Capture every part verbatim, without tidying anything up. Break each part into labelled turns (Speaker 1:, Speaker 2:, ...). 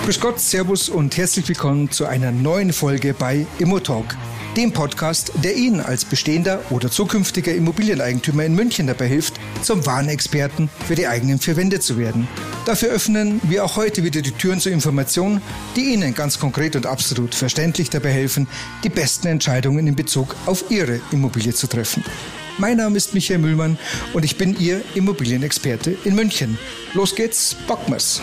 Speaker 1: Grüß Gott, Servus und herzlich willkommen zu einer neuen Folge bei ImmoTalk, dem Podcast, der Ihnen als bestehender oder zukünftiger Immobilieneigentümer in München dabei hilft, zum wahren Experten für die eigenen vier Wände zu werden. Dafür öffnen wir auch heute wieder die Türen zur Information, die Ihnen ganz konkret und absolut verständlich dabei helfen, die besten Entscheidungen in Bezug auf Ihre Immobilie zu treffen. Mein Name ist Michael Mühlmann und ich bin Ihr Immobilienexperte in München. Los geht's, packen wir's!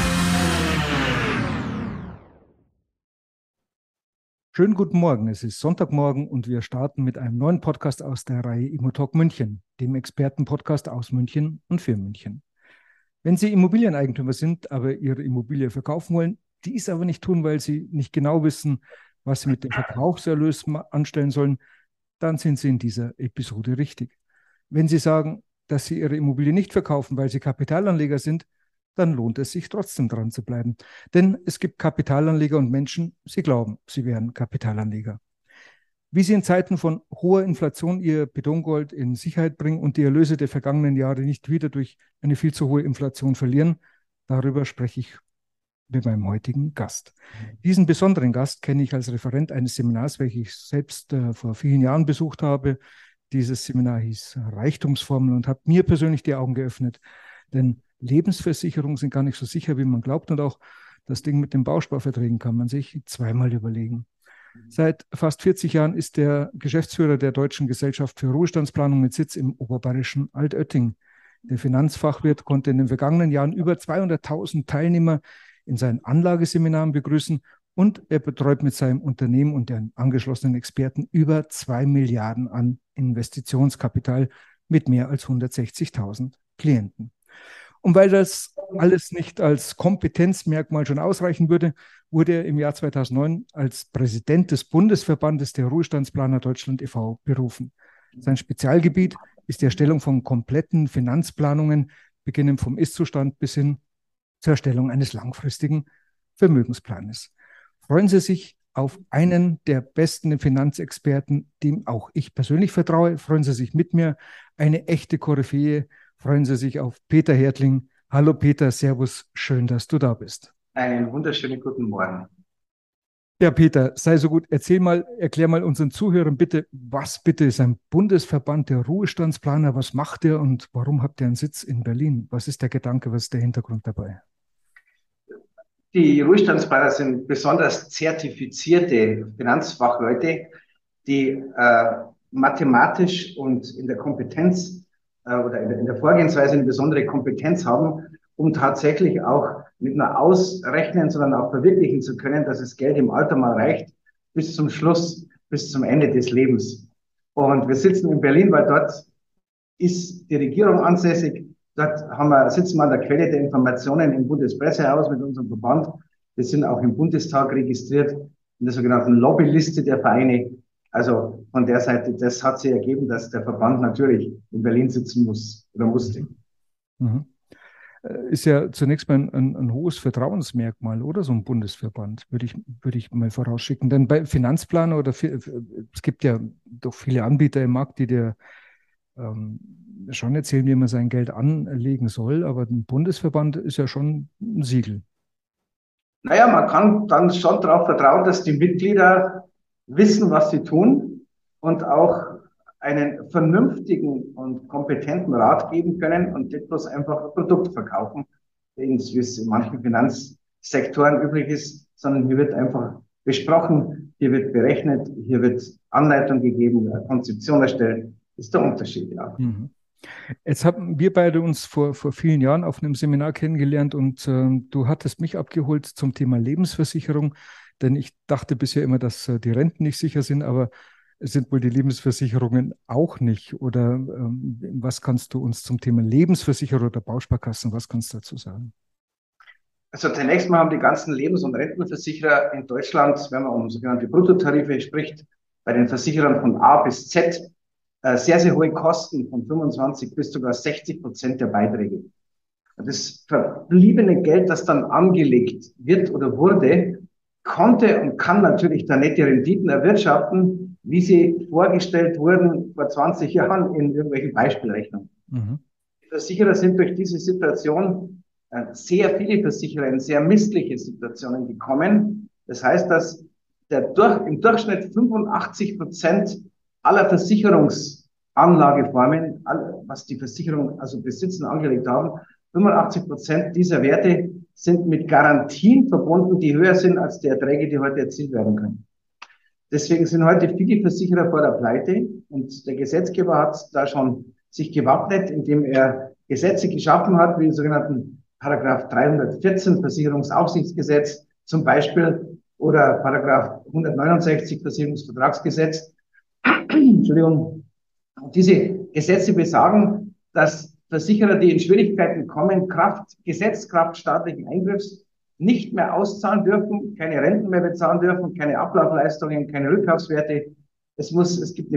Speaker 1: Schönen guten Morgen, es ist Sonntagmorgen und wir starten mit einem neuen Podcast aus der Reihe ImmoTalk München, dem Expertenpodcast aus München und für München. Wenn Sie Immobilieneigentümer sind, aber Ihre Immobilie verkaufen wollen, dies aber nicht tun, weil Sie nicht genau wissen, was Sie mit dem Verkaufserlös anstellen sollen, dann sind Sie in dieser Episode richtig. Wenn Sie sagen, dass Sie Ihre Immobilie nicht verkaufen, weil Sie Kapitalanleger sind, dann lohnt es sich trotzdem dran zu bleiben. Denn es gibt Kapitalanleger und Menschen, sie glauben, sie wären Kapitalanleger. Wie sie in Zeiten von hoher Inflation ihr Betongold in Sicherheit bringen und die Erlöse der vergangenen Jahre nicht wieder durch eine viel zu hohe Inflation verlieren, darüber spreche ich mit meinem heutigen Gast. Diesen besonderen Gast kenne ich als Referent eines Seminars, welches ich selbst äh, vor vielen Jahren besucht habe. Dieses Seminar hieß Reichtumsformel und hat mir persönlich die Augen geöffnet, denn Lebensversicherungen sind gar nicht so sicher, wie man glaubt. Und auch das Ding mit den Bausparverträgen kann man sich zweimal überlegen. Seit fast vierzig Jahren ist er Geschäftsführer der Deutschen Gesellschaft für Ruhestandsplanung mit Sitz im oberbayerischen Altötting. Der Finanzfachwirt konnte in den vergangenen Jahren über zweihunderttausend Teilnehmer in seinen Anlageseminaren begrüßen und er betreut mit seinem Unternehmen und den angeschlossenen Experten über zwei Milliarden an Investitionskapital mit mehr als hundertsechzigtausend Klienten. Und weil das alles nicht als Kompetenzmerkmal schon ausreichen würde, wurde er im Jahr zweitausendneun als Präsident des Bundesverbandes der Ruhestandsplaner Deutschland e V berufen. Sein Spezialgebiet ist die Erstellung von kompletten Finanzplanungen, beginnend vom Ist-Zustand bis hin zur Erstellung eines langfristigen Vermögensplanes. Freuen Sie sich auf einen der besten Finanzexperten, dem auch ich persönlich vertraue. Freuen Sie sich mit mir, eine echte Koryphäe. Freuen Sie sich auf Peter Härtling. Hallo Peter, servus, schön, dass du da bist.
Speaker 2: Einen wunderschönen guten Morgen.
Speaker 1: Ja, Peter, sei so gut, erzähl mal, erklär mal unseren Zuhörern bitte, was bitte ist ein Bundesverband der Ruhestandsplaner, was macht ihr und warum habt ihr einen Sitz in Berlin? Was ist der Gedanke, was ist der Hintergrund dabei?
Speaker 2: Die Ruhestandsplaner sind besonders zertifizierte Finanzfachleute, die äh, mathematisch und in der Kompetenz oder in der, in der Vorgehensweise eine besondere Kompetenz haben, um tatsächlich auch nicht nur ausrechnen, sondern auch verwirklichen zu können, dass das Geld im Alter mal reicht, bis zum Schluss, bis zum Ende des Lebens. Und wir sitzen in Berlin, weil dort ist die Regierung ansässig. Dort haben wir, sitzen wir an der Quelle der Informationen im Bundespressehaus mit unserem Verband. Wir sind auch im Bundestag registriert, in der sogenannten Lobbyliste der Vereine. Also von der Seite, das hat sich ergeben, dass der Verband natürlich in Berlin sitzen muss oder musste.
Speaker 1: Mhm. Ist ja zunächst mal ein, ein, ein hohes Vertrauensmerkmal, oder so ein Bundesverband, würde ich, würde ich mal vorausschicken. Denn bei Finanzplaner oder es gibt ja doch viele Anbieter im Markt, die dir ähm, schon erzählen, wie man sein Geld anlegen soll, aber ein Bundesverband ist ja schon ein Siegel.
Speaker 2: Naja, man kann dann schon darauf vertrauen, dass die Mitglieder wissen, was sie tun und auch einen vernünftigen und kompetenten Rat geben können und nicht bloß einfach ein Produkt verkaufen, wie es in manchen Finanzsektoren üblich ist, sondern hier wird einfach besprochen, hier wird berechnet, hier wird Anleitung gegeben, eine Konzeption erstellt. Das ist der Unterschied, ja.
Speaker 1: Mhm. Jetzt haben wir beide uns vor, vor vielen Jahren auf einem Seminar kennengelernt und äh, du hattest mich abgeholt zum Thema Lebensversicherung, denn ich dachte bisher immer, dass äh, die Renten nicht sicher sind, aber es sind wohl die Lebensversicherungen auch nicht. Oder ähm, was kannst du uns zum Thema Lebensversicherer oder Bausparkassen, was kannst du dazu sagen?
Speaker 2: Also zunächst mal haben die ganzen Lebens- und Rentenversicherer in Deutschland, wenn man um sogenannte Bruttotarife spricht, bei den Versicherern von A bis Z sehr, sehr hohe Kosten von fünfundzwanzig bis sogar sechzig Prozent der Beiträge. Das verbliebene Geld, das dann angelegt wird oder wurde, konnte und kann natürlich da nicht die Renditen erwirtschaften, wie sie vorgestellt wurden vor zwanzig Jahren in irgendwelchen Beispielrechnungen. Mhm. Die Versicherer sind durch diese Situation äh, sehr viele Versicherer in sehr missliche Situationen gekommen. Das heißt, dass der durch, im Durchschnitt fünfundachtzig Prozent aller Versicherungsanlageformen, all, was die Versicherung also besitzen, angelegt haben, fünfundachtzig Prozent dieser Werte sind mit Garantien verbunden, die höher sind als die Erträge, die heute erzielt werden können. Deswegen sind heute viele Versicherer vor der Pleite und der Gesetzgeber hat da schon sich gewappnet, indem er Gesetze geschaffen hat, wie den sogenannten Paragraph dreihundertvierzehn Versicherungsaufsichtsgesetz zum Beispiel oder Paragraph hundertneunundsechzig Versicherungsvertragsgesetz. Entschuldigung. Und diese Gesetze besagen, dass Versicherer, die in Schwierigkeiten kommen, Kraft, Gesetzkraft staatlichen Eingriffs nicht mehr auszahlen dürfen, keine Renten mehr bezahlen dürfen, keine Ablaufleistungen, keine Rückkaufswerte. Es muss, es gibt eine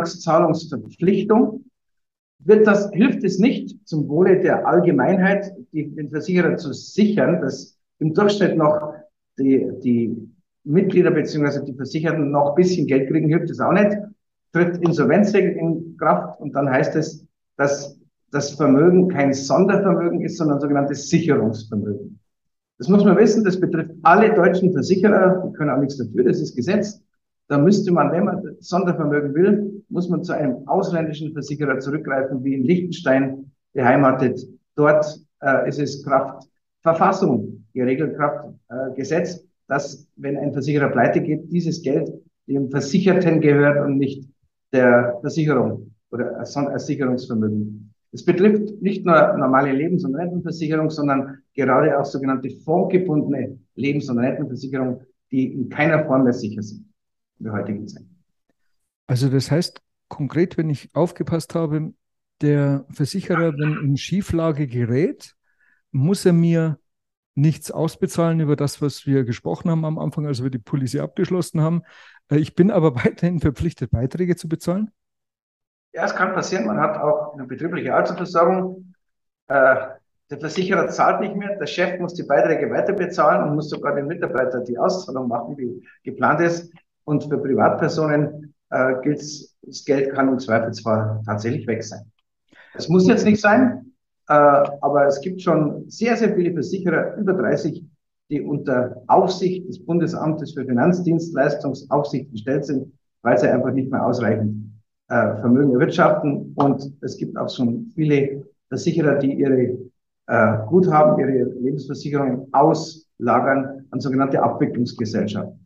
Speaker 2: Beitragszahlungsverpflichtung. Wird das, hilft es nicht zum Wohle der Allgemeinheit, die, den Versicherer zu sichern, dass im Durchschnitt noch die, die Mitglieder bzw. die Versicherten noch ein bisschen Geld kriegen, hilft es auch nicht. Tritt Insolvenzregelung in Kraft und dann heißt es, dass das Vermögen kein Sondervermögen ist, sondern sogenanntes Sicherungsvermögen. Das muss man wissen, das betrifft alle deutschen Versicherer, die können auch nichts dafür, das ist Gesetz. Da müsste man, wenn man Sondervermögen will, muss man zu einem ausländischen Versicherer zurückgreifen, wie in Liechtenstein beheimatet. Dort äh, ist es Kraft Verfassung, geregelt Kraft äh, Gesetz, dass, wenn ein Versicherer pleite geht, dieses Geld dem Versicherten gehört und nicht der Versicherung oder als Sicherungsvermögen. Es betrifft nicht nur normale Lebens- und Rentenversicherung, sondern gerade auch sogenannte fondgebundene Lebens- und Rentenversicherung, die in keiner Form mehr sicher sind in der heutigen Zeit.
Speaker 1: Also das heißt konkret, wenn ich aufgepasst habe, der Versicherer, wenn in Schieflage gerät, muss er mir nichts ausbezahlen über das, was wir gesprochen haben am Anfang, als wir die Policy abgeschlossen haben. Ich bin aber weiterhin verpflichtet, Beiträge zu bezahlen?
Speaker 2: Ja, es kann passieren. Man hat auch eine betriebliche Altersversorgung. Äh, der Versicherer zahlt nicht mehr. Der Chef muss die Beiträge weiter bezahlen und muss sogar den Mitarbeiter die Auszahlung machen, die geplant ist. Und für Privatpersonen äh, gilt, das Geld kann im Zweifelsfall tatsächlich weg sein. Es muss jetzt nicht sein, äh, aber es gibt schon sehr, sehr viele Versicherer, über dreißig, die unter Aufsicht des Bundesamtes für Finanzdienstleistungsaufsicht gestellt sind, weil sie einfach nicht mehr ausreichend Vermögen erwirtschaften. Und es gibt auch schon viele Versicherer, die ihre äh, Guthaben, ihre Lebensversicherungen auslagern an sogenannte Abwicklungsgesellschaften.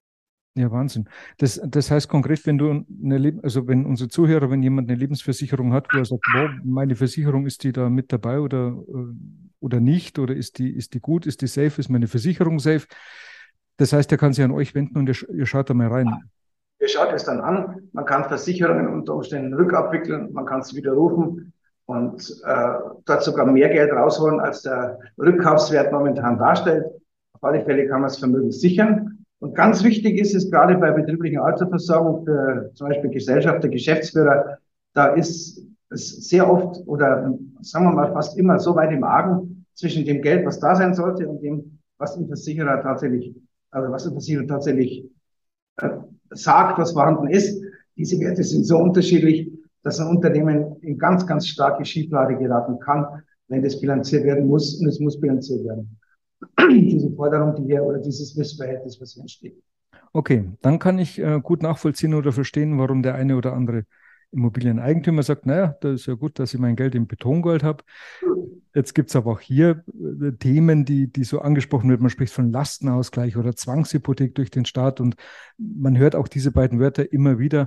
Speaker 1: Ja, Wahnsinn. Das, das heißt konkret, wenn du eine Leb also wenn unsere Zuhörer, wenn jemand eine Lebensversicherung hat, wo er sagt, wow, meine Versicherung, ist die da mit dabei oder, oder nicht? Oder ist die, ist die gut, ist die safe, ist meine Versicherung safe? Das heißt, er kann sich an euch wenden und ihr, ihr schaut da mal rein.
Speaker 2: Ihr schaut es dann an, man kann Versicherungen unter Umständen rückabwickeln, man kann es widerrufen und äh, dort sogar mehr Geld rausholen, als der Rückkaufswert momentan darstellt. Auf alle Fälle kann man das Vermögen sichern. Und ganz wichtig ist es gerade bei betrieblichen Altersversorgung für zum Beispiel Gesellschafter, Geschäftsführer, da ist es sehr oft oder sagen wir mal fast immer so weit im Argen zwischen dem Geld, was da sein sollte und dem, was ein Versicherer tatsächlich, also was ein Versicherer tatsächlich äh, sagt, was vorhanden ist. Diese Werte sind so unterschiedlich, dass ein Unternehmen in ganz, ganz starke Schieflage geraten kann, wenn das bilanziert werden muss, und es muss bilanziert werden. Diese Forderung, die hier, oder dieses Missverhältnis, was hier entsteht.
Speaker 1: Okay, dann kann ich äh, gut nachvollziehen oder verstehen, warum der eine oder andere Immobilieneigentümer sagt, naja, das ist ja gut, dass ich mein Geld in Betongold habe. Jetzt gibt es aber auch hier äh, Themen, die, die so angesprochen werden. Man spricht von Lastenausgleich oder Zwangshypothek durch den Staat. Und man hört auch diese beiden Wörter immer wieder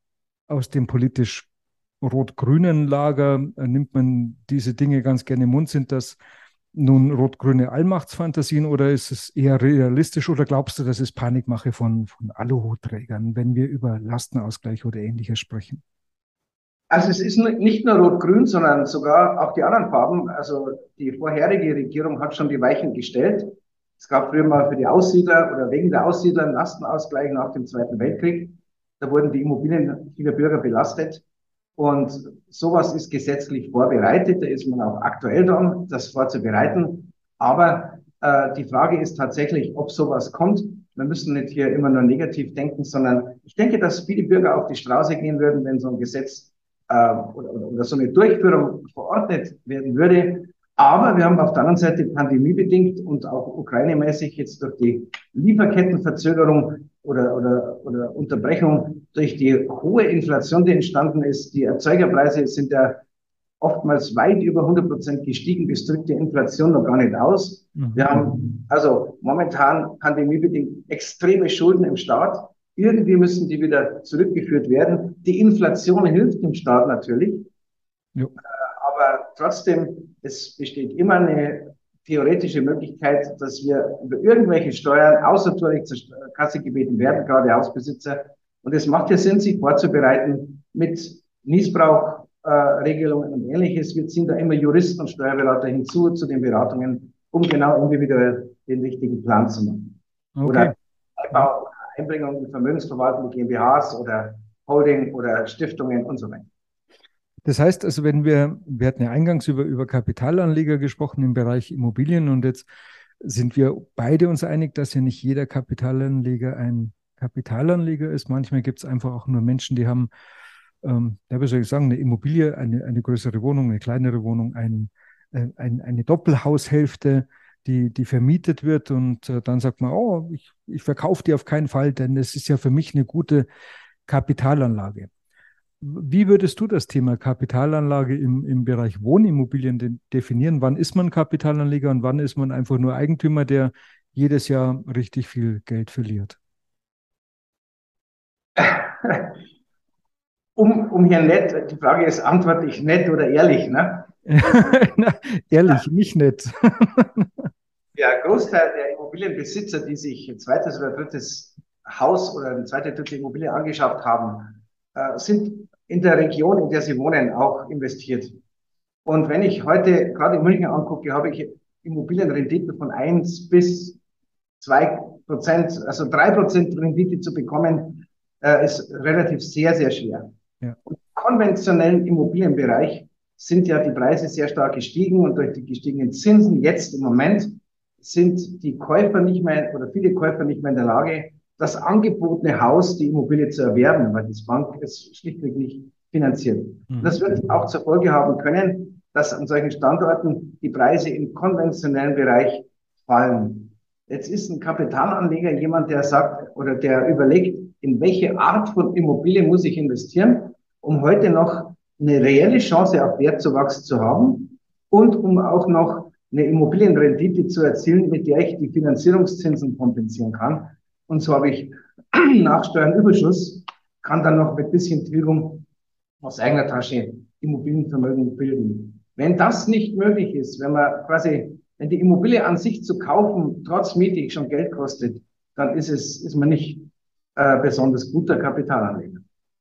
Speaker 1: aus dem politisch rot-grünen Lager. Äh, nimmt man diese Dinge ganz gerne im Mund. Sind das nun rot-grüne Allmachtsfantasien oder ist es eher realistisch oder glaubst du, das ist Panikmache von, von Aluhutträgern, wenn wir über Lastenausgleich oder Ähnliches sprechen?
Speaker 2: Also es ist nicht nur Rot-Grün, sondern sogar auch die anderen Farben. Also die vorherige Regierung hat schon die Weichen gestellt. Es gab früher mal für die Aussiedler oder wegen der Aussiedler einen Lastenausgleich nach dem Zweiten Weltkrieg. Da wurden die Immobilien vieler Bürger belastet. Und sowas ist gesetzlich vorbereitet. Da ist man auch aktuell dran, das vorzubereiten. Aber äh, die Frage ist tatsächlich, ob sowas kommt. Wir müssen nicht hier immer nur negativ denken, sondern ich denke, dass viele Bürger auf die Straße gehen würden, wenn so ein Gesetz Äh, oder, oder so eine Durchführung verordnet werden würde. Aber wir haben auf der anderen Seite pandemiebedingt und auch ukrainemäßig jetzt durch die Lieferkettenverzögerung oder, oder, oder Unterbrechung durch die hohe Inflation, die entstanden ist. Die Erzeugerpreise sind ja oftmals weit über hundert Prozent gestiegen. Das drückt die Inflation noch gar nicht aus.
Speaker 1: Mhm.
Speaker 2: Wir haben also momentan pandemiebedingt extreme Schulden im Staat. Irgendwie müssen die wieder zurückgeführt werden. Die Inflation hilft dem Staat natürlich. Jo. Aber trotzdem, es besteht immer eine theoretische Möglichkeit, dass wir über irgendwelche Steuern außertourlich zur Kasse gebeten werden, gerade Hausbesitzer. Und es macht ja Sinn, sich vorzubereiten mit Nießbrauchregelungen äh, und Ähnliches. Wir ziehen da immer Juristen und Steuerberater hinzu zu den Beratungen, um genau individuell den richtigen Plan zu machen. Okay. Oder Einbau, Einbringung in Vermögensverwaltung, GmbHs oder Holding oder Stiftungen und so weiter.
Speaker 1: Das heißt also, wenn wir, wir hatten ja eingangs über, über Kapitalanleger gesprochen im Bereich Immobilien und jetzt sind wir beide uns einig, dass ja nicht jeder Kapitalanleger ein Kapitalanleger ist. Manchmal gibt es einfach auch nur Menschen, die haben, ähm, ja, wie soll ich sagen, eine Immobilie, eine, eine größere Wohnung, eine kleinere Wohnung, ein, äh, ein, eine Doppelhaushälfte, die, die vermietet wird und äh, dann sagt man, oh, ich, ich verkaufe die auf keinen Fall, denn es ist ja für mich eine gute Kapitalanlage. Wie würdest du das Thema Kapitalanlage im, im Bereich Wohnimmobilien de- definieren? Wann ist man Kapitalanleger und wann ist man einfach nur Eigentümer, der jedes Jahr richtig viel Geld verliert?
Speaker 2: Um, um hier nett, die Frage ist, antworte ich nett oder ehrlich, ne?
Speaker 1: Na, ehrlich, ja. Nicht nett.
Speaker 2: Der Großteil der Immobilienbesitzer, die sich ein zweites oder drittes Haus oder eine zweite, dritte Immobilie angeschafft haben, äh, sind in der Region, in der sie wohnen, auch investiert. Und wenn ich heute gerade in München angucke, habe ich Immobilienrenditen von eins bis zwei Prozent, also drei Prozent Rendite zu bekommen, äh, ist relativ sehr, sehr schwer. Ja. Und im konventionellen Immobilienbereich sind ja die Preise sehr stark gestiegen und durch die gestiegenen Zinsen jetzt im Moment sind die Käufer nicht mehr oder viele Käufer nicht mehr in der Lage, das angebotene Haus, die Immobilie zu erwerben, weil die Bank es schlichtweg nicht finanziert. Mhm. Das wird auch zur Folge haben können, dass an solchen Standorten die Preise im konventionellen Bereich fallen. Jetzt ist ein Kapitalanleger jemand, der sagt oder der überlegt, in welche Art von Immobilie muss ich investieren, um heute noch eine reelle Chance auf Wertzuwachs zu haben und um auch noch eine Immobilienrendite zu erzielen, mit der ich die Finanzierungszinsen kompensieren kann. Und so habe ich nach Steuernüberschuss, kann dann noch mit bisschen Tilgung aus eigener Tasche Immobilienvermögen bilden. Wenn das nicht möglich ist, wenn man quasi, wenn die Immobilie an sich zu kaufen, trotz Miete schon Geld kostet, dann ist es, ist man nicht äh, besonders guter Kapitalanleger.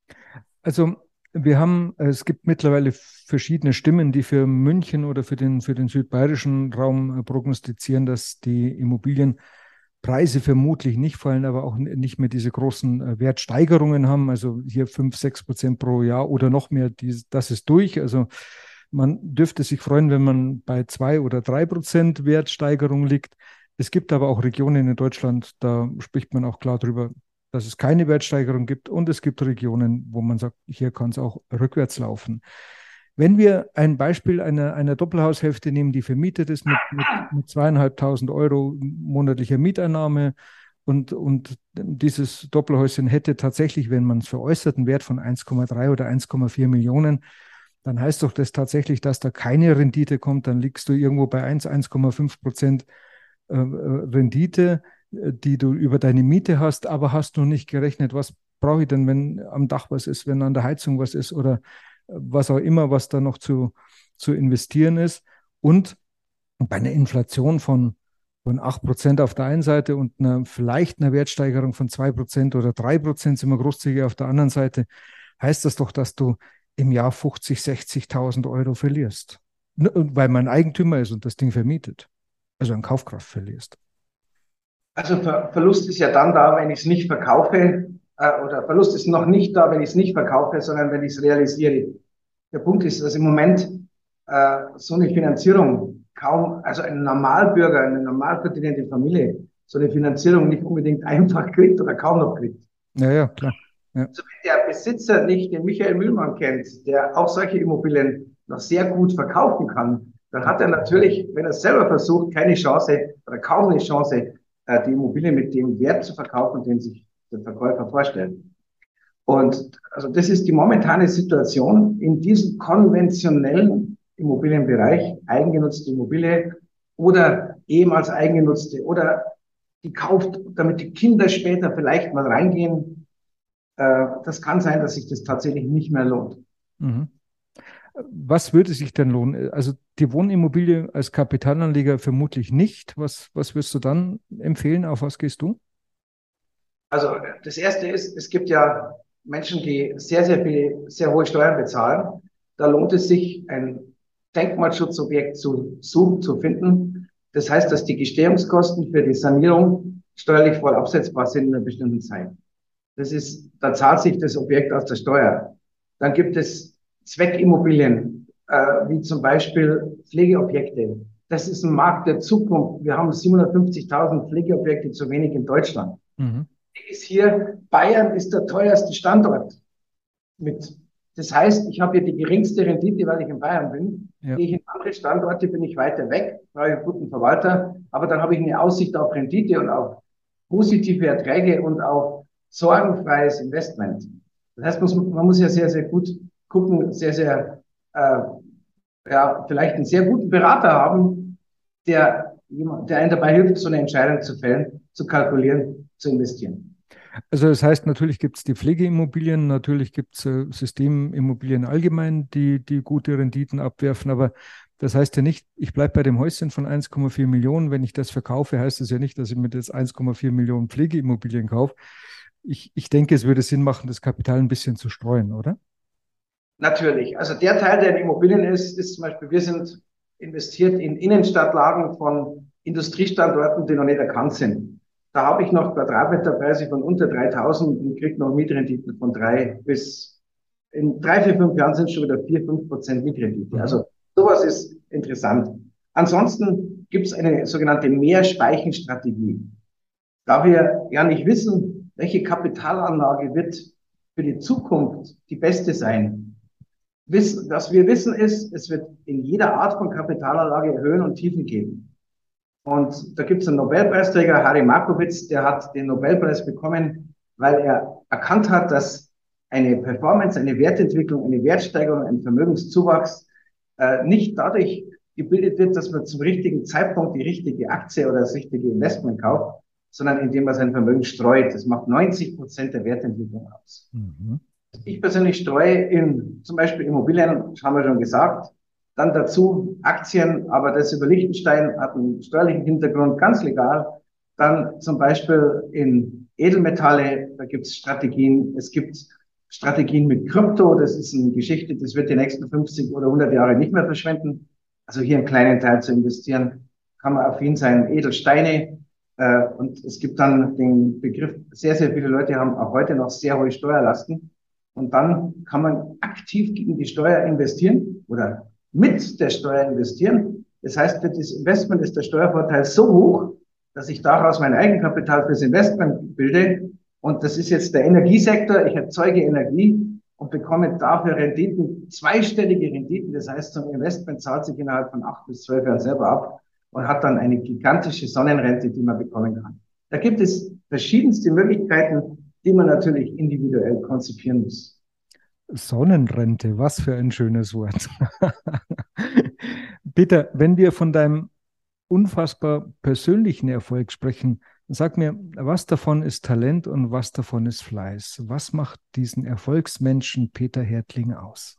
Speaker 1: Also, wir haben, es gibt mittlerweile verschiedene Stimmen, die für München oder für den, für den südbayerischen Raum prognostizieren, dass die Immobilienpreise vermutlich nicht fallen, aber auch nicht mehr diese großen Wertsteigerungen haben. Also hier fünf, sechs Prozent pro Jahr oder noch mehr, die, das ist durch. Also man dürfte sich freuen, wenn man bei zwei oder drei Prozent Wertsteigerung liegt. Es gibt aber auch Regionen in Deutschland, da spricht man auch klar drüber, dass es keine Wertsteigerung gibt und es gibt Regionen, wo man sagt, hier kann es auch rückwärts laufen. Wenn wir ein Beispiel einer, einer Doppelhaushälfte nehmen, die vermietet ist mit, mit, mit zweieinhalbtausend Euro monatlicher Mieteinnahme und, und dieses Doppelhäuschen hätte tatsächlich, wenn man es veräußert, einen Wert von eins Komma drei oder eins Komma vier Millionen, dann heißt doch das tatsächlich, dass da keine Rendite kommt, dann liegst du irgendwo bei eins, eins Komma fünf Prozent äh, Rendite, die du über deine Miete hast, aber hast du nicht gerechnet, was brauche ich denn, wenn am Dach was ist, wenn an der Heizung was ist oder was auch immer, was da noch zu, zu investieren ist. Und bei einer Inflation von, von acht Prozent auf der einen Seite und einer, vielleicht einer Wertsteigerung von zwei Prozent oder drei Prozent, sind wir großzügig auf der anderen Seite, heißt das doch, dass du im Jahr fünfzig, sechzigtausend Euro verlierst, weil man Eigentümer ist und das Ding vermietet, also an Kaufkraft verlierst.
Speaker 2: Also Ver Verlust ist ja dann da, wenn ich es nicht verkaufe, äh, oder Verlust ist noch nicht da, wenn ich es nicht verkaufe, sondern wenn ich es realisiere. Der Punkt ist, dass im Moment äh, so eine Finanzierung kaum, also ein Normalbürger, eine normal verdienende Familie, so eine Finanzierung nicht unbedingt einfach kriegt oder kaum noch kriegt.
Speaker 1: Ja, ja, klar. Ja.
Speaker 2: Also wenn der Besitzer nicht den Michael Mühlmann kennt, der auch solche Immobilien noch sehr gut verkaufen kann, dann hat er natürlich, wenn er es selber versucht, keine Chance oder kaum eine Chance, die Immobilie mit dem Wert zu verkaufen, den sich der Verkäufer vorstellt. Und also das ist die momentane Situation in diesem konventionellen Immobilienbereich, eigengenutzte Immobilie oder ehemals eigengenutzte oder die kauft, damit die Kinder später vielleicht mal reingehen. Äh, das kann sein, dass sich das tatsächlich nicht mehr lohnt.
Speaker 1: Mhm. Was würde sich denn lohnen? Also die Wohnimmobilie als Kapitalanleger vermutlich nicht. Was, was würdest du dann empfehlen? Auf was gehst du?
Speaker 2: Also das Erste ist, es gibt ja Menschen, die sehr, sehr viel, sehr hohe Steuern bezahlen. Da lohnt es sich, ein Denkmalschutzobjekt zu suchen, zu finden. Das heißt, dass die Gestehungskosten für die Sanierung steuerlich voll absetzbar sind in einer bestimmten Zeit. Das ist, da zahlt sich das Objekt aus der Steuer. Dann gibt es Zweckimmobilien, äh, wie zum Beispiel Pflegeobjekte. Das ist ein Markt der Zukunft. Wir haben siebenhundertfünfzigtausend Pflegeobjekte zu wenig in Deutschland. Mhm. Ist hier, Bayern ist der teuerste Standort mit. Das heißt, ich habe hier die geringste Rendite, weil ich in Bayern bin. Ja. Gehe ich in andere Standorte, bin ich weiter weg, brauche ich einen guten Verwalter, aber dann habe ich eine Aussicht auf Rendite und auf positive Erträge und auf sorgenfreies Investment. Das heißt, man muss, man muss ja sehr, sehr gut gucken, sehr, sehr, äh, ja, vielleicht einen sehr guten Berater haben, der, der einen dabei hilft, so eine Entscheidung zu fällen, zu kalkulieren, zu investieren.
Speaker 1: Also das heißt, natürlich gibt es die Pflegeimmobilien, natürlich gibt es äh, Systemimmobilien allgemein, die, die gute Renditen abwerfen, aber das heißt ja nicht, ich bleibe bei dem Häuschen von eins Komma vier Millionen. Wenn ich das verkaufe, heißt das ja nicht, dass ich mir das eins Komma vier Millionen Pflegeimmobilien kaufe. Ich, ich denke, es würde Sinn machen, das Kapital ein bisschen zu streuen, oder?
Speaker 2: Natürlich. Also der Teil, der in Immobilien ist, ist zum Beispiel, wir sind investiert in Innenstadtlagen von Industriestandorten, die noch nicht erkannt sind. Da habe ich noch Quadratmeterpreise von unter dreitausend und kriege noch Mietrenditen von drei bis, in drei, vier, fünf Jahren sind es schon wieder vier, fünf Prozent Mietrendite. Also sowas ist interessant. Ansonsten gibt es eine sogenannte Mehrspeichenstrategie. Da wir ja nicht wissen, welche Kapitalanlage wird für die Zukunft die beste sein. Was wir wissen ist, es wird in jeder Art von Kapitalanlage Höhen und Tiefen geben. Und da gibt es einen Nobelpreisträger, Harry Markowitz, der hat den Nobelpreis bekommen, weil er erkannt hat, dass eine Performance, eine Wertentwicklung, eine Wertsteigerung, ein Vermögenszuwachs äh, nicht dadurch gebildet wird, dass man zum richtigen Zeitpunkt die richtige Aktie oder das richtige Investment kauft, sondern indem man sein Vermögen streut. Das macht neunzig Prozent der Wertentwicklung aus. Mhm. Ich persönlich streue in zum Beispiel Immobilien, das haben wir schon gesagt, dann dazu Aktien, aber das über Liechtenstein hat einen steuerlichen Hintergrund, ganz legal. Dann zum Beispiel in Edelmetalle, da gibt es Strategien. Es gibt Strategien mit Krypto, das ist eine Geschichte, das wird die nächsten fünfzig oder hundert Jahre nicht mehr verschwenden. Also hier einen kleinen Teil zu investieren, kann man affin sein. Edelsteine, äh, und es gibt dann den Begriff, sehr, sehr viele Leute haben auch heute noch sehr hohe Steuerlasten. Und dann kann man aktiv gegen die Steuer investieren oder mit der Steuer investieren. Das heißt, für das Investment ist der Steuervorteil so hoch, dass ich daraus mein Eigenkapital fürs Investment bilde. Und das ist jetzt der Energiesektor. Ich erzeuge Energie und bekomme dafür Renditen, zweistellige Renditen. Das heißt, so ein Investment zahlt sich innerhalb von acht bis zwölf Jahren selber ab und hat dann eine gigantische Sonnenrente, die man bekommen kann. Da gibt es verschiedenste Möglichkeiten, die man natürlich individuell konzipieren muss.
Speaker 1: Sonnenrente, was für ein schönes Wort. Peter, wenn wir von deinem unfassbar persönlichen Erfolg sprechen, sag mir, was davon ist Talent und was davon ist Fleiß? Was macht diesen Erfolgsmenschen Peter Härtling aus?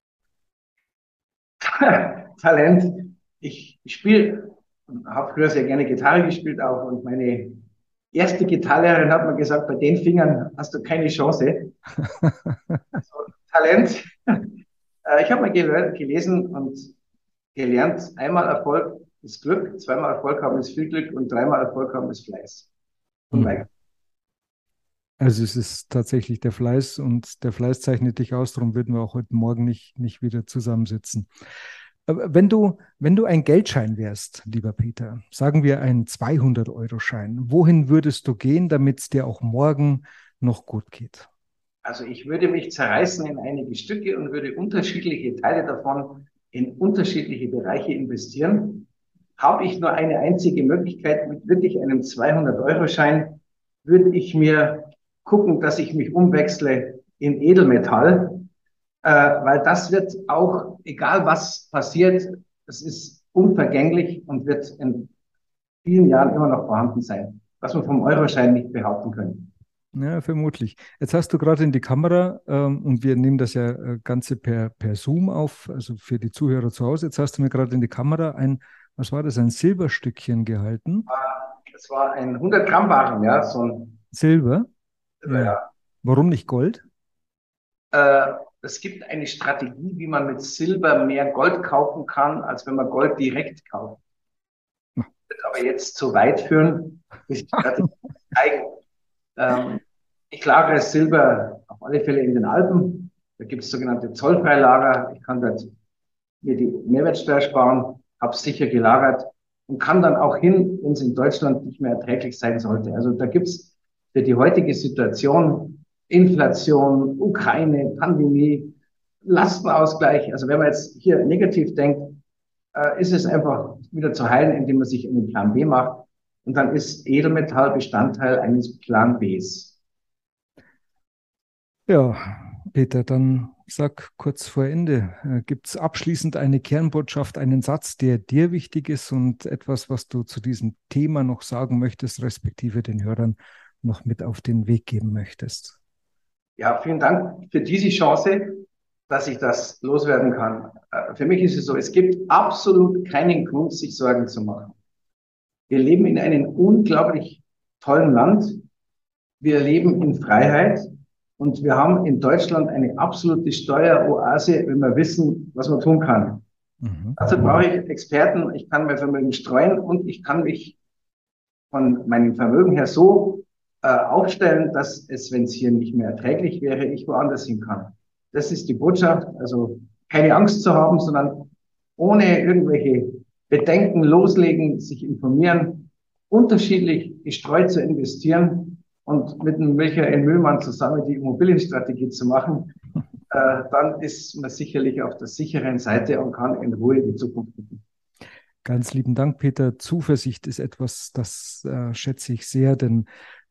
Speaker 2: Talent. Ich, ich spiele, habe früher sehr gerne Gitarre gespielt auch und meine erste Gitarrenlehrerin hat mir gesagt, bei den Fingern hast du keine Chance. Also, Talent. Ich habe mal gel- gelesen und gelernt, einmal Erfolg ist Glück, zweimal Erfolg haben ist viel Glück und dreimal Erfolg haben ist Fleiß.
Speaker 1: Mhm. Also es ist tatsächlich der Fleiß und der Fleiß zeichnet dich aus, darum würden wir auch heute Morgen nicht, nicht wieder zusammensitzen. Wenn du, wenn du ein Geldschein wärst, lieber Peter, sagen wir ein zweihundert-Euro-Schein, wohin würdest du gehen, damit es dir auch morgen noch gut geht?
Speaker 2: Also ich würde mich zerreißen in einige Stücke und würde unterschiedliche Teile davon in unterschiedliche Bereiche investieren. Habe ich nur eine einzige Möglichkeit, mit wirklich einem zweihundert-Euro-Schein würde ich mir gucken, dass ich mich umwechsle in Edelmetall, äh, weil das wird auch, egal was passiert, es ist unvergänglich und wird in vielen Jahren immer noch vorhanden sein, was man vom Euroschein nicht behaupten können.
Speaker 1: Ja, vermutlich. Jetzt hast du gerade in die Kamera, ähm, und wir nehmen das ja äh, Ganze per, per Zoom auf, also für die Zuhörer zu Hause. Jetzt hast du mir gerade in die Kamera ein, was war das, ein Silberstückchen gehalten?
Speaker 2: Das war ein hundert Gramm Barren, ja, so ein
Speaker 1: Silber?
Speaker 2: Silber,
Speaker 1: Ja.
Speaker 2: ja.
Speaker 1: Warum nicht Gold?
Speaker 2: Äh, es gibt eine Strategie, wie man mit Silber mehr Gold kaufen kann, als wenn man Gold direkt kauft. Das wird aber jetzt zu weit führen, bis ich Strategie zeigen. Ähm, ich lagere Silber auf alle Fälle in den Alpen. Da gibt es sogenannte Zollfreilager. Ich kann dort mir die Mehrwertsteuer sparen, habe es sicher gelagert und kann dann auch hin, wenn es in Deutschland nicht mehr erträglich sein sollte. Also da gibt es für die heutige Situation Inflation, Ukraine, Pandemie, Lastenausgleich. Also wenn man jetzt hier negativ denkt, äh, ist es einfach wieder zu heilen, indem man sich einen Plan B macht. Und dann ist Edelmetall Bestandteil eines Plan Bs.
Speaker 1: Ja, Peter, dann sag kurz vor Ende, äh, gibt es abschließend eine Kernbotschaft, einen Satz, der dir wichtig ist und etwas, was du zu diesem Thema noch sagen möchtest, respektive den Hörern noch mit auf den Weg geben möchtest?
Speaker 2: Ja, vielen Dank für diese Chance, dass ich das loswerden kann. Äh, für mich ist es so, es gibt absolut keinen Grund, sich Sorgen zu machen. Wir leben in einem unglaublich tollen Land. Wir leben in Freiheit und wir haben in Deutschland eine absolute Steueroase, wenn wir wissen, was man tun kann. Mhm. Dazu brauche ich Experten. Ich kann mein Vermögen streuen und ich kann mich von meinem Vermögen her so äh, aufstellen, dass es, wenn es hier nicht mehr erträglich wäre, ich woanders hin kann. Das ist die Botschaft. Also keine Angst zu haben, sondern ohne irgendwelche Bedenken loslegen, sich informieren, unterschiedlich gestreut zu investieren und mit dem Michael Mühlmann zusammen die Immobilienstrategie zu machen, äh, dann ist man sicherlich auf der sicheren Seite und kann in Ruhe die Zukunft gucken.
Speaker 1: Ganz lieben Dank, Peter. Zuversicht ist etwas, das äh, schätze ich sehr, denn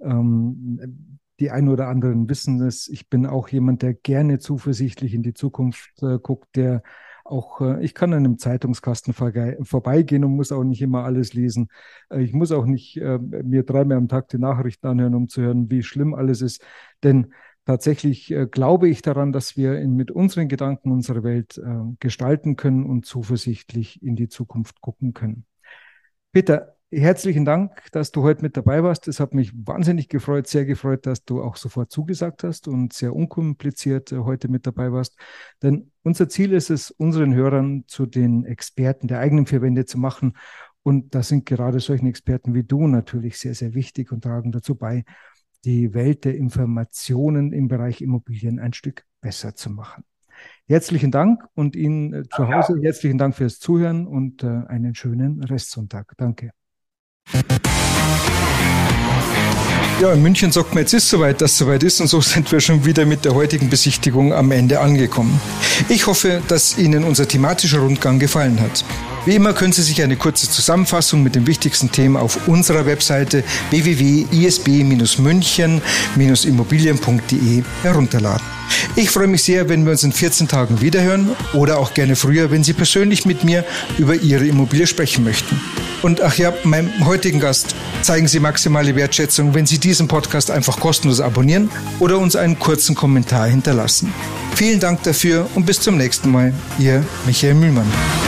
Speaker 1: ähm, die einen oder anderen wissen es. Ich bin auch jemand, der gerne zuversichtlich in die Zukunft äh, guckt, der auch, äh, ich kann an einem Zeitungskasten vorbeigehen und muss auch nicht immer alles lesen. Äh, ich muss auch nicht äh, mir dreimal am Tag die Nachrichten anhören, um zu hören, wie schlimm alles ist. Denn tatsächlich äh, glaube ich daran, dass wir in, mit unseren Gedanken unsere Welt äh, gestalten können und zuversichtlich in die Zukunft gucken können. Peter, herzlichen Dank, dass du heute mit dabei warst. Es hat mich wahnsinnig gefreut, sehr gefreut, dass du auch sofort zugesagt hast und sehr unkompliziert äh, heute mit dabei warst. Denn unser Ziel ist es, unseren Hörern zu den Experten der eigenen vier Wände zu machen. Und da sind gerade solche Experten wie du natürlich sehr, sehr wichtig und tragen dazu bei, die Welt der Informationen im Bereich Immobilien ein Stück besser zu machen. Herzlichen Dank und Ihnen äh, zu Hause herzlichen Dank fürs Zuhören und äh, einen schönen Restsonntag. Danke. Ja, in München sagt man, jetzt ist soweit, dass es soweit ist und so sind wir schon wieder mit der heutigen Besichtigung am Ende angekommen. Ich hoffe, dass Ihnen unser thematischer Rundgang gefallen hat. Wie immer können Sie sich eine kurze Zusammenfassung mit den wichtigsten Themen auf unserer Webseite w w w punkt i s b münchen immobilien punkt d e herunterladen. Ich freue mich sehr, wenn wir uns in vierzehn Tagen wiederhören oder auch gerne früher, wenn Sie persönlich mit mir über Ihre Immobilie sprechen möchten. Und ach ja, meinem heutigen Gast zeigen Sie maximale Wertschätzung, wenn Sie diesen Podcast einfach kostenlos abonnieren oder uns einen kurzen Kommentar hinterlassen. Vielen Dank dafür und bis zum nächsten Mal. Ihr Michael Mühlmann.